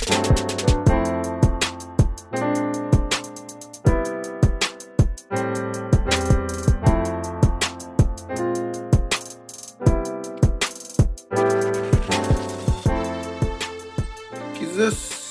キズです。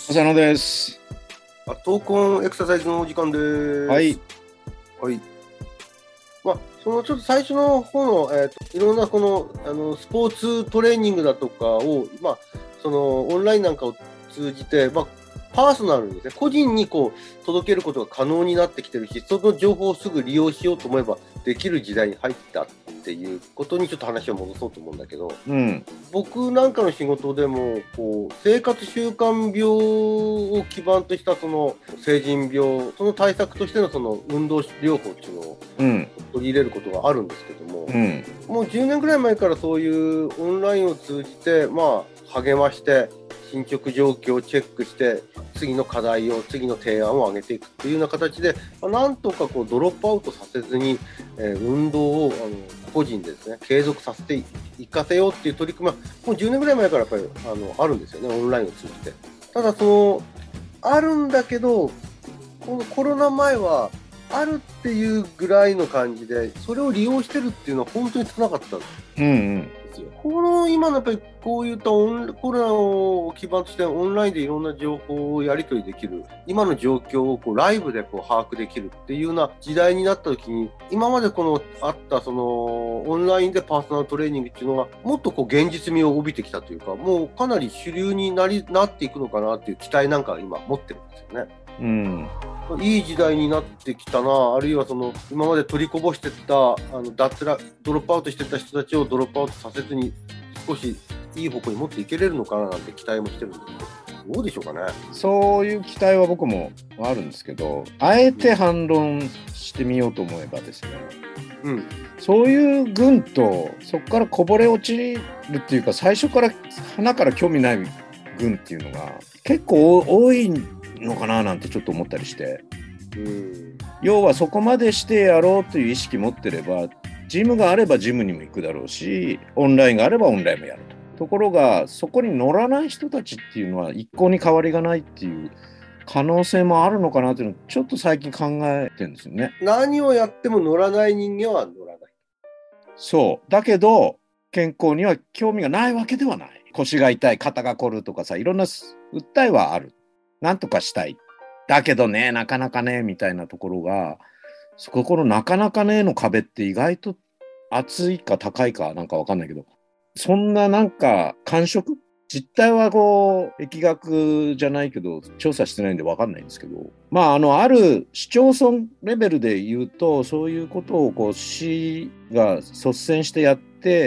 浅野です。 闘魂エクササイズのお時間です。 はい。 はい。そのちょっと最初の方の、いろんなこの、スポーツトレーニングだとかを、そのオンラインなんかを通じて、パーソナルにですね、個人にこう届けることが可能になってきてるし、その情報をすぐ利用しようと思えばできる時代に入ったっていうことにちょっと話を戻そうと思うんだけど、僕なんかの仕事でもこう生活習慣病を基盤としたその成人病、その対策としてのその運動療法っていうのを取り入れることがあるんですけども、もう10年ぐらい前からそういうオンラインを通じて励まして進捗状況をチェックして次の課題を次の提案を上げていくっていうような形で、なんとかこうドロップアウトさせずに、運動を個人でですね継続させていかせようっていう取り組みはもう10年ぐらい前からやっぱりあるんですよね、オンラインを通じて。ただそのあるんだけど、このコロナ前はあるっていうぐらいの感じでそれを利用してるっていうのは本当に少なかったんですよ。この今のやっぱりこういったコロナを基盤としてオンラインでいろんな情報をやり取りできる、今の状況をこうライブでこう把握できるっていうような時代になった時に、今までこのあったそのオンラインでパーソナルトレーニングっていうのがもっとこう現実味を帯びてきたというか、もうかなり主流になっていくのかなっていう期待なんか今持ってるんですよね。いい時代になってきたな。あるいはその今まで取りこぼしてたドロップアウトしてた人たちをドロップアウトさせずに少しいい方向に持っていけれるのかななんて期待もしてるんですけど、どうでしょうかね。 そういう期待は僕もあるんですけど、あえて反論してみようと思えばですね、そういう群とそこからこぼれ落ちるっていうか、最初から花から興味ない群っていうのが結構多いのかななんてちょっと思ったりして、要はそこまでしてやろうという意識持ってれば、ジムがあればジムにも行くだろうし、オンラインがあればオンラインもやるところが、そこに乗らない人たちっていうのは一向に変わりがないっていう可能性もあるのかなっていうのをちょっと最近考えてるんですよね。 何をやっても乗らない人間は乗らない。 そうだけど健康には興味がないわけではない。腰が痛い、肩が凝るとかさ、いろんな訴えはある。なんとかしたい。だけどね、なかなかね、みたいなところが、そこのなかなかねの壁って意外と厚いか高いかなんかわかんないけど、そんななんか感触、実態はこう疫学じゃないけど調査してないんでわかんないんですけど、ある市町村レベルで言うと、そういうことをこう市が率先してやって、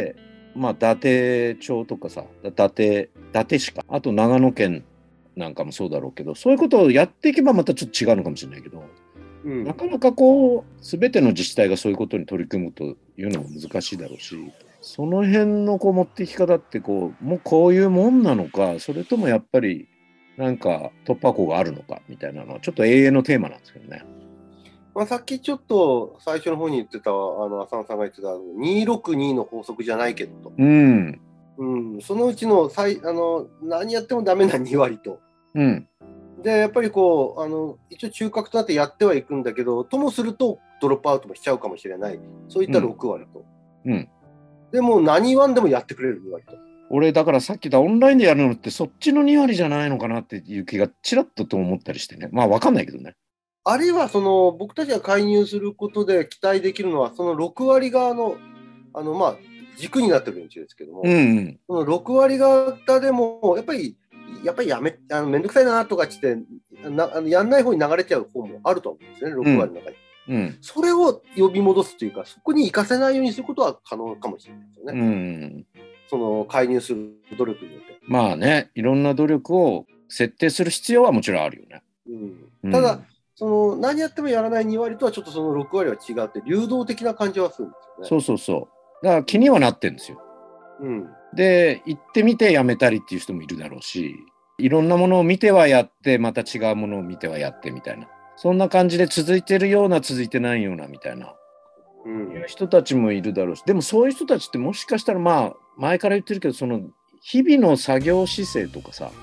伊達町とかさ、伊達市か、あと長野県なんかもそうだろうけど、そういうことをやっていけばまたちょっと違うのかもしれないけど、なかなかこう全ての自治体がそういうことに取り組むというのも難しいだろうし、その辺のこう持っていき方ってもうこういうもんなのか、それともやっぱりなんか突破口があるのかみたいなのはちょっと永遠のテーマなんですけどね。 さっきちょっと最初の方に言ってた浅野さんが言ってた262の法則じゃないけどと、そのうちの何やってもダメな2割と、でやっぱりこう一応中核となってやってはいくんだけど、ともするとドロップアウトもしちゃうかもしれない、そういった6割と、でも何言わんでもやってくれる2割と。 俺だからさっき言ったオンラインでやるのってそっちの2割じゃないのかなっていう気がちらっと思ったりしてね。分かんないけどね。 あるいはその僕たちが介入することで期待できるのは、その6割側の軸になってるんですけども、その6割方でもやっぱりめんどくさいなとかってやんない方に流れちゃう方もあると思うんですね、6割の中に。それを呼び戻すというか、そこに活かせないようにすることは可能かもしれないですよね。その介入する努力によって。 いろんな努力を設定する必要はもちろんあるよね。 ただその何やってもやらない2割とはちょっとその6割は違って流動的な感じはするんですよね。 そうだから気にはなってるんですよ。で行ってみてやめたりっていう人もいるだろうし、いろんなものを見てはやってまた違うものを見てはやってみたいな、そんな感じで続いてるような続いてないようなみたいな、いう人たちもいるだろうし、でもそういう人たちってもしかしたら前から言ってるけど、その日々の作業姿勢とかさ、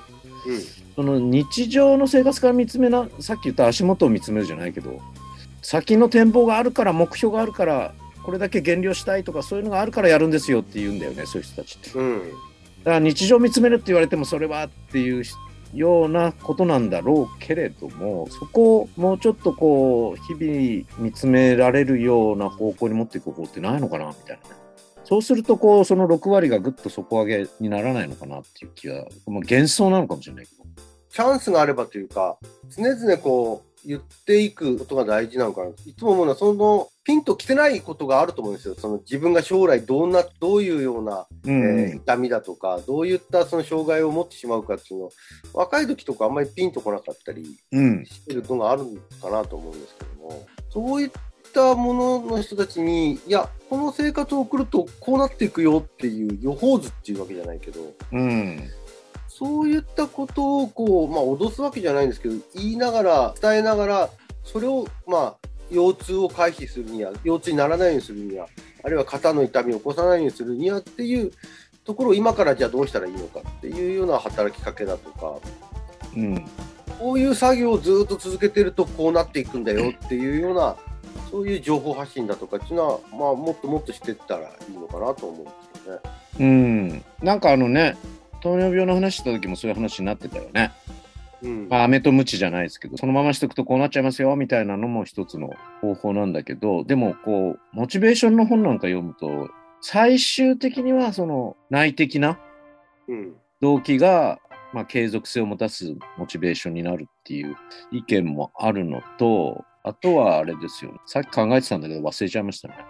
その日常の生活から見つめな、さっき言った足元を見つめるじゃないけど、先の展望があるから、目標があるから、これだけ減量したいとかそういうのがあるからやるんですよって言うんだよね、そういう人たちって。だから日常見つめるって言われてもそれはっていうようなことなんだろうけれども、そこをもうちょっとこう日々見つめられるような方向に持っていく方法ってないのかなみたいなね。そうするとこうその6割がぐっと底上げにならないのかなっていう気が、もう幻想なのかもしれないけど、 チャンスがあればというか、常々こう言っていくことが大事なのかな。いつも思うのは、そのピンときてないことがあると思うんですよ。その自分が将来どういうような、痛みだとか、どういったその障害を持ってしまうかっていうのを、若い時とかあんまりピンとこなかったりしてるのがあるのかなと思うんですけども、そういったものの人たちに、いや、この生活を送るとこうなっていくよっていう予報図っていうわけじゃないけど、そういったことをこう、脅すわけじゃないんですけど、言いながら、伝えながら、それを、腰痛を回避するには、腰痛にならないようにするには、あるいは肩の痛みを起こさないようにするにはっていうところを今からじゃあどうしたらいいのかっていうような働きかけだとか、こういう作業をずっと続けてるとこうなっていくんだよっていうような、そういう情報発信だとかっていうのは、もっともっとしていったらいいのかなと思うんですよね。 なんか糖尿病の話した時もそういう話になってたよね。飴とムチじゃないですけど、そのまましておくとこうなっちゃいますよみたいなのも一つの方法なんだけど、でもこうモチベーションの本なんか読むと、最終的にはその内的な動機が、継続性を持たすモチベーションになるっていう意見もあるのと、あとはあれですよね、さっき考えてたんだけど忘れちゃいましたね。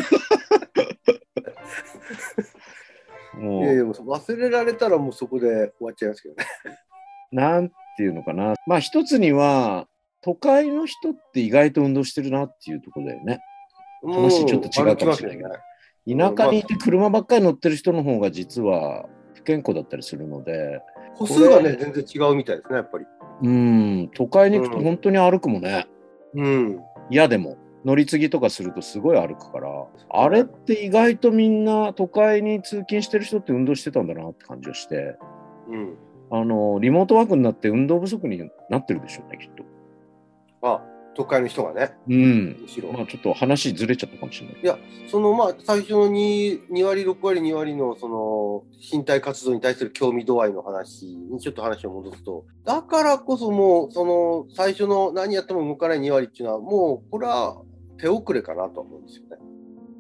もう忘れられたらもうそこで終わっちゃいますけどね。 なんていうのかな。一つには、都会の人って意外と運動してるなっていうところだよね。話ちょっと違うかもしれないけど。田舎にいて車ばっかり乗ってる人の方が実は不健康だったりするので。 歩数がね、全然違うみたいですね、やっぱり。 都会に行くと本当に歩くもんね。嫌でも。乗り継ぎとかするとすごい歩くから、あれって意外とみんな都会に通勤してる人って運動してたんだなって感じがして、リモートワークになって運動不足になってるでしょうね、きっと。 都会の人がね。 むしろ。ちょっと話ずれちゃったかもしれない。 いや、最初の2割、6割、2割のその身体活動に対する興味度合いの話にちょっと話を戻すと、だからこそもう、その最初の何やっても動かない2割っていうのは、もうこれは手遅れかなと思うんですよね。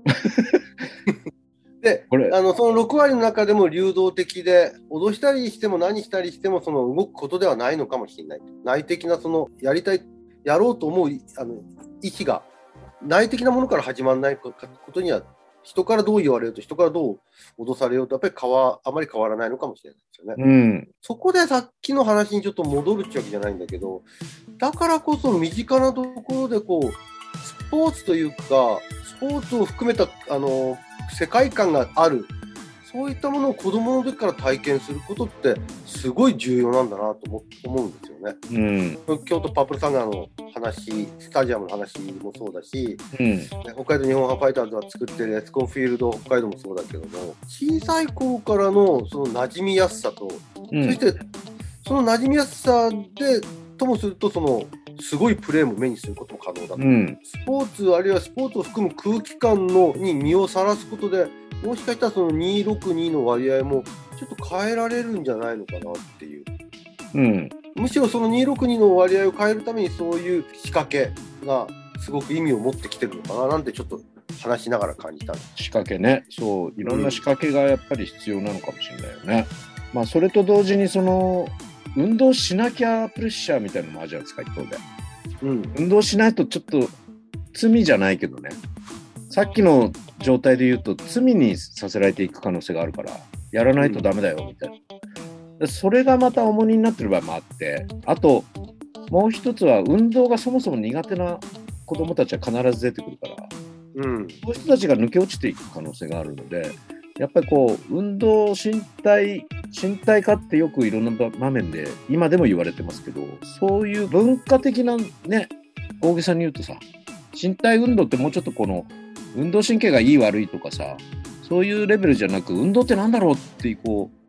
で、その6割の中でも流動的で、脅したりしても何したりしてもその動くことではないのかもしれない。内的なそのやろうと思う意思が内的なものから始まらないことには、人からどう言われようと、人からどう脅されようと、やっぱりあまり変わらないのかもしれないですよね。そこでさっきの話にちょっと戻るってわけじゃないんだけど、だからこそ身近なところでこう、スポーツというか、スポーツを含めた世界観がある、そういったものを子供の時から体験することってすごい重要なんだなと思うんですよね。京都パープルサンガーの話、スタジアムの話もそうだし、北海道日本ハムファイターズが作ってるエスコンフィールド北海道もそうだけども、小さい頃からのその馴染みやすさと、そしてその馴染みやすさでともすると、そのすごいプレーも目にすることも可能だと、スポーツあるいはスポーツを含む空気感に身をさらすことで、もしかしたらその262の割合もちょっと変えられるんじゃないのかなっていう、むしろその262の割合を変えるためにそういう仕掛けがすごく意味を持ってきてるのかななんてちょっと話しながら感じた。 仕掛けね、そう、いろんな仕掛けがやっぱり必要なのかもしれないよね。それと同時にその運動しなきゃプレッシャーみたいなのもあるじゃないですか、一方で。運動しないとちょっと罪じゃないけどね、さっきの状態で言うと罪にさせられていく可能性があるから、やらないとダメだよみたいな、それがまた重荷になってる場合もあって、あともう一つは運動がそもそも苦手な子どもたちは必ず出てくるから、そういう人たちが抜け落ちていく可能性があるので、やっぱりこう運動身体化ってよくいろんな場面で今でも言われてますけど、そういう文化的なね、大げさに言うとさ、身体運動ってもうちょっとこの運動神経がいい悪いとかさ、そういうレベルじゃなく、運動ってなんだろうってこう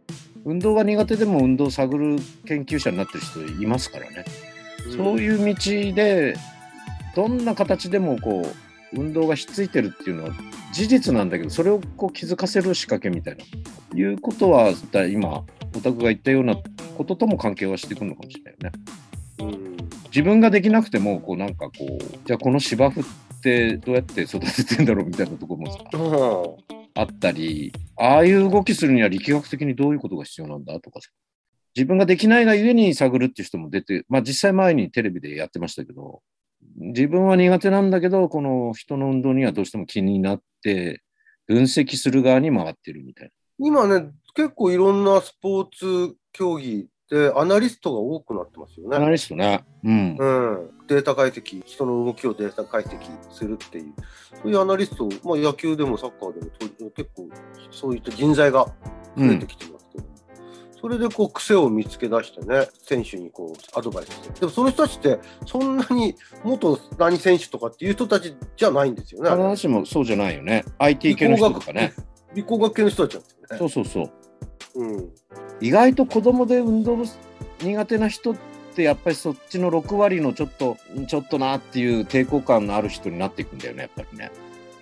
運動が苦手でも運動を探る研究者になってる人いますからね。そういう道でどんな形でもこう運動がひっついてるっていうのは事実なんだけど、それをこう気づかせる仕掛けみたいないうことは今オタクが言ったようなこととも関係はしてくるのかもしれないよね。自分ができなくてもこうなんかこうじゃあこの芝生ってどうやって育ててんだろうみたいなところもさ、あったり、ああいう動きするには力学的にどういうことが必要なんだとかさ、自分ができないがゆえに探るっていう人も出て、まあ実際前にテレビでやってましたけど、自分は苦手なんだけどこの人の運動にはどうしても気になって分析する側に回ってるみたいな。 今ね、結構いろんなスポーツ競技でアナリストが多くなってますよね。 アナリストね。 データ解析、人の動きをデータ解析するっていう、そういうアナリスト、まあ、野球でもサッカーでも結構そういった人材が増えてきてますけど、それでこう癖を見つけ出してね、選手にこうアドバイスして。でもその人たちってそんなに元何選手とかっていう人たちじゃないんですよね。 必ずしもそうじゃないよね。IT 系の人とかね。 理工学系の人たちなんですよね。 そうそうそう。意外と子供で運動苦手な人ってやっぱりそっちの6割のちょっとなっていう抵抗感のある人になっていくんだよね、やっぱりね。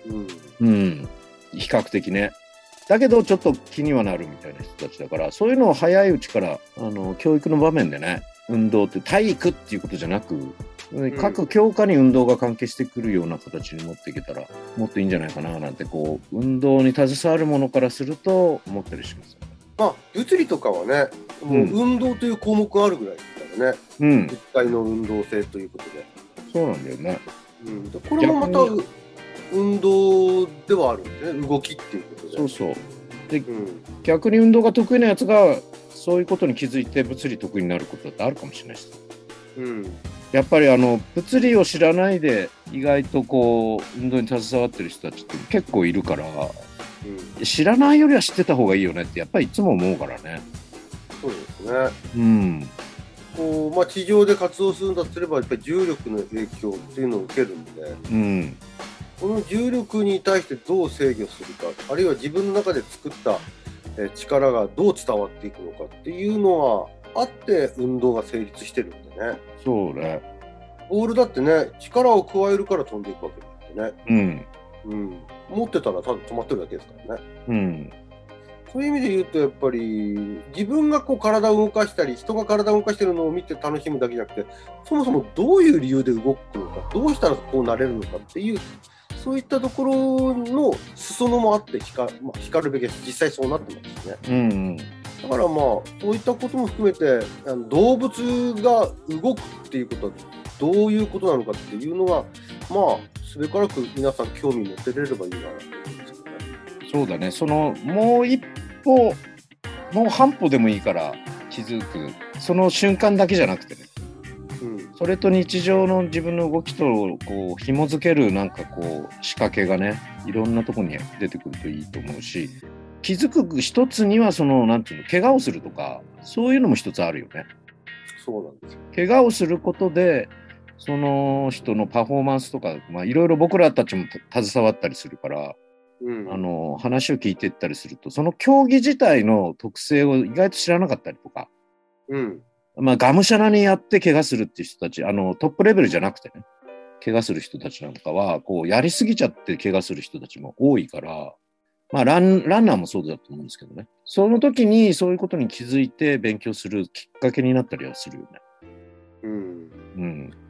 比較的ね。だけどちょっと気にはなるみたいな人たちだから、そういうのを早いうちから教育の場面でね、運動って体育っていうことじゃなく、各教科に運動が関係してくるような形に持っていけたらもっといいんじゃないかななんて、こう運動に携わるものからすると思ったりします。 まあ物理とかはね、もう運動という項目があるぐらいですからね。実体の運動性ということで。 そうなんだよね。 これもまた運動ではあるんですね。動きっていうことで。 そうそう。で、逆に運動が得意なやつがそういうことに気づいて物理得意になることだってあるかもしれないし。やっぱり物理を知らないで意外とこう運動に携わってる人たちって結構いるから、知らないよりは知ってた方がいいよねってやっぱりいつも思うからね。 そうですね。こうまあ、地上で活動するんだとすればやっぱり重力の影響っていうのを受けるんで、この重力に対してどう制御するか、あるいは自分の中で作った力がどう伝わっていくのかっていうのはあって運動が成立してるんでね。 そうね。 ボールだってね、力を加えるから飛んでいくわけなんでね。持ってたらただ止まってるだけですからね。そういう意味で言うとやっぱり自分がこう体を動かしたり人が体を動かしてるのを見て楽しむだけじゃなくて、そもそもどういう理由で動くのか、どうしたらこうなれるのかっていう、そういったところの裾野もあって光るべきです。実際そうなってますね。だからまあそういったことも含めて動物が動くっていうことはどういうことなのかっていうのがまあすべからく皆さん興味持ってれればいいなと思うんですけどね。 そうだね。そのもう一歩もう半歩でもいいから気づく、その瞬間だけじゃなくてね、それと日常の自分の動きとこう紐づけるなんかこう仕掛けがね、いろんなところに出てくるといいと思うし、気づく一つにはそのなんていうの、怪我をするとかそういうのも一つあるよね。 そうなんですよ。 怪我をすることでその人のパフォーマンスとか、まあいろいろ僕らたちも携わったりするから、話を聞いていったりすると、その競技自体の特性を意外と知らなかったりとか、まあがむしゃらにやって怪我するっていう人たち、トップレベルじゃなくてね、怪我する人たちなんかはこうやりすぎちゃって怪我する人たちも多いから、まあランナーもそうだと思うんですけどね、その時にそういうことに気づいて勉強するきっかけになったりはするよね。